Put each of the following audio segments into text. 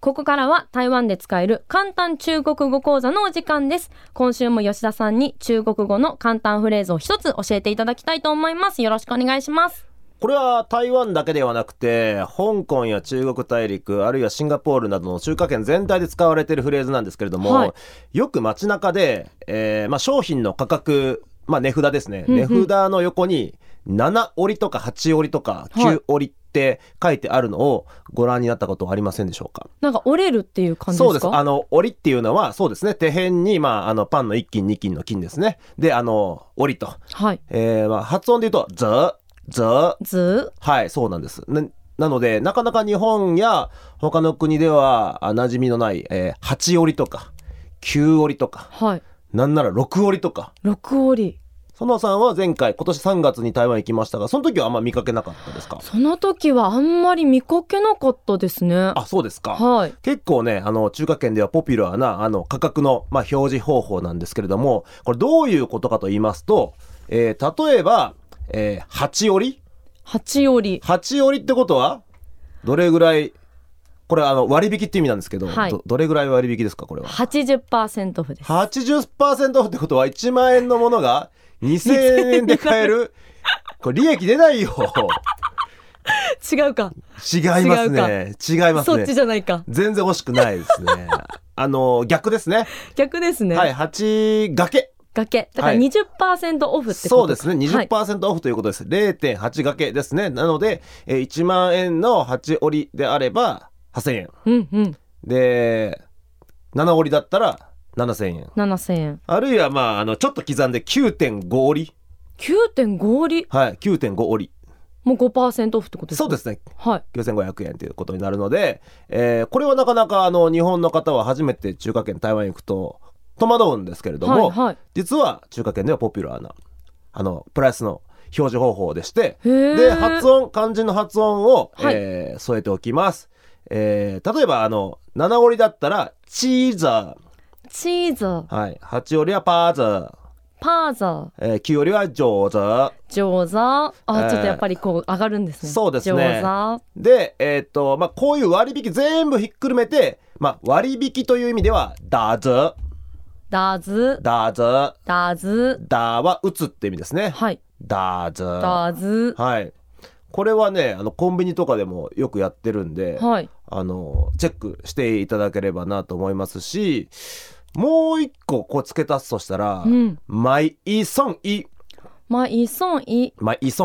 ここからは台湾で使える簡単中国語講座のお時間です。今週も吉田さんに中国語の簡単フレーズを一つ教えていただきたいと思います。よろしくお願いします。 これは台湾だけではなくて香港や中国大陸あるいはシンガポールなどの中華圏全体で使われているフレーズなんですけれども、はい、よく街中で、商品の価格、値札ですね、値札の横に7折りとか8折りとか9折りって書いてあるのをご覧になったことはありませんでしょうか。 なんか折れるっていう感じですか。 そうです。折りっていうのはそうですね、手辺に、パンの1斤2斤の金ですね。で折りと、 はい、 発音で言うとず、はい、そうなんです。なのでなかなか日本や他の国では馴染みのない、8折りとか9折りとか、 はい、 なんなら6折りとか。 6折り。 園さんは今年3月に台湾行きましたが、その時はあんま見かけなかったですか。 その時はあんまり見かけなかったですね。 あ、そうですか。 はい、 結構ね中華圏ではポピュラーな価格の、表示方法なんですけれども、これどういうことかと言いますと、例えば、8折り8折りってことはどれぐらい、これ割引って意味なんですけど、 はい、 どれぐらい割引ですか。これは 80% オフです。 80% オフってことは1万円のものが2000円で買えるこれ利益出ないよ違うか。 違いますね。 そっちじゃないか。 全然欲しくないですね逆ですね。 逆ですね。 はい、8掛けだから 20% オフってことか。 そうですね、20% オフということです。 0.8 掛けですね。なので1万円の8折りであれば8000円、で7折りだったら7000円。あるいはちょっと刻んで 9.5 折り。 9.5 折り。 はい、9.5折りもう 5% オフってことですか。 そうですね、 はい、 9500円ということになるので、これはなかなか日本の方は初めて中華圏台湾に行くと戸惑うんですけれども、 はい、 実は中華圏ではポピュラーなプライスの表示方法でして、で漢字の発音を、添えておきます。例えば7折りだったらチーザー、はい、8折りはパーザー、9折りはジョーザー。 ちょっとやっぱりこう上がるんですね。 そうですね。でこういう割引全部ひっくるめて、割引という意味ではダーズは打つって意味ですね。 はい、 ダーズ、はい、これはねコンビニとかでもよくやってるんで、 はい、 チェックしていただければなと思いますし、もう一個こう付け足すとしたら、マイイソンイ、 はい、イソンイ。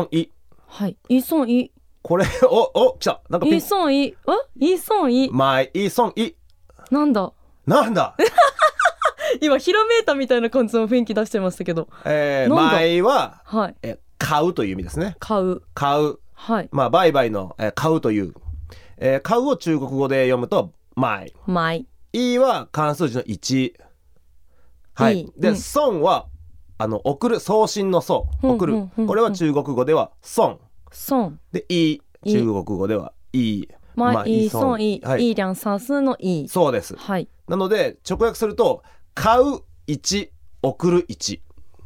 これ来た。なんかイソンイマイイソンイなんだ今ひらめいたみたいな感じの雰囲気出してましたけど、 マイは、 はい、 買うという意味ですね。 買う、はい、 売買の、買うという、買うを中国語で読むとマイ。イは漢数字の1、はい、で、損は送る、送信の送、送る、これは中国語では損で、イ中国語ではイ、 イソンイ、イ两三四のイ。 そうです、 はい、 なので直訳すると買う1、送る1。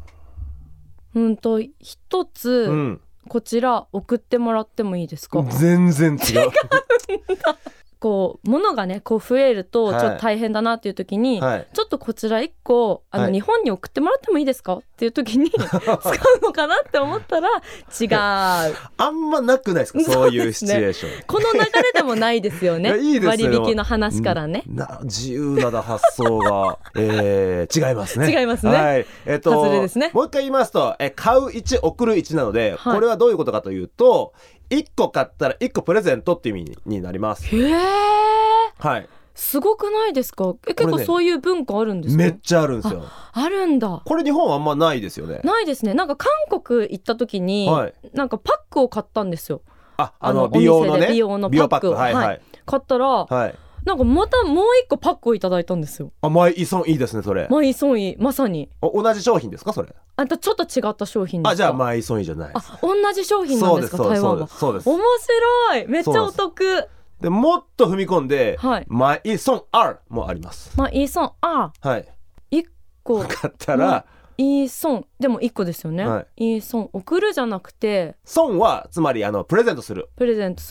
一つ、こちら送ってもらってもいいですか。 全然違うこう物がねこう増えるとちょっと大変だなっていう時に、ちょっとこちら1個日本に送ってもらってもいいですかっていう時に使うのかなって思ったら違う。 あんまなくないですか、そういうシチュエーション。 この流れでもないですよね。 いいですね、 割引の話からね、 自由な発想が、違いますね。 違いますね、 はい、 外れですね。 もう一回言いますと、買う1送る1なので、これはどういうことかというと、1個買ったら1個プレゼントって意味になります。 へー、 はい、 すごくないですか。結構そういう文化あるんですか。 めっちゃあるんですよ。 あるんだ。 これ日本はあんまないですよね。 ないですね。なんか韓国行った時に、なんかパックを買ったんですよ。 美容のね、 美容のパック、買ったら、なんかまたもう一個パックをいただいたんですよ。 マイイソンいいですね、それ。 マイイソンいい、まさに。 同じ商品ですか、それ。 ちょっと違った商品ですか。 じゃあマイイソンいいじゃないですか。 同じ商品なんですか、台湾は。 そうです。 面白い、めっちゃお得。 でもっと踏み込んで、マイイソン R もあります。 マイイソン R、はい、1個買ったらイーソンでも1個ですよね、イーソン送るじゃなくて、 ソンはつまりプレゼントする。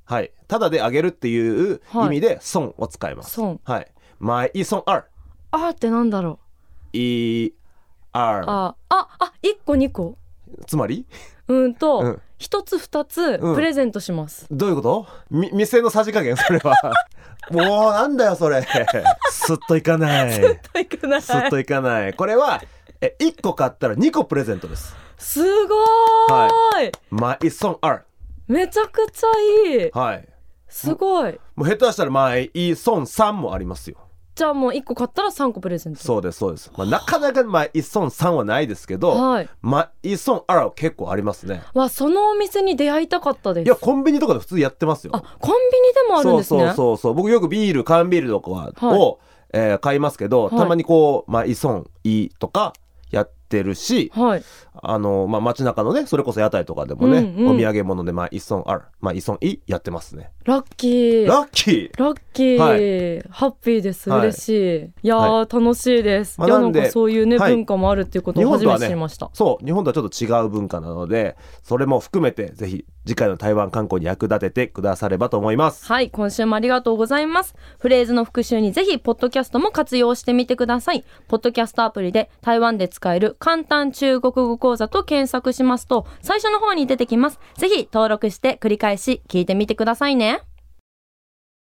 はい、ただであげるっていう意味で送を使います。 送、 はい、買一送二。 ってなんだろう。一二。 1個2個。 つまり 1つ2つプレゼントします。 どういうこと？店のさじ加減それは。もうなんだよそれ。すっといかない。すっといかない。これは1個買ったら2個プレゼントです。 すごーい。 買一送二。 めちゃくちゃいい。 はい。 すごい。 もう下手したら買一送三もありますよ。 じゃあもう1個買ったら3個プレゼント。 そうですそうです。なかなか買一送三はないですけど、買一送二は結構ありますね。 そのお店に出会いたかったです。 いやコンビニとかで普通やってますよ。 コンビニでもあるんですね。 そう僕よくビール缶ビールとかを買いますけど、たまにこう買一送一とかやってるし、街中のねそれこそ屋台とかでもね、お土産物で買一送二、買一送一やってますね。 ラッキー、 ハッピーです。嬉しい。いや楽しいです。なんかそういうね文化もあるっていうことを初めて知りました。 そう日本とはちょっと違う文化なので、それも含めてぜひ次回の台湾観光に役立ててくださればと思います。 はい、今週もありがとうございます。フレーズの復習にぜひポッドキャストも活用してみてください。ポッドキャストアプリで台湾で使える簡単中国語講座と検索しますと最初の方に出てきます。ぜひ登録して繰り返し聞いてみてくださいね。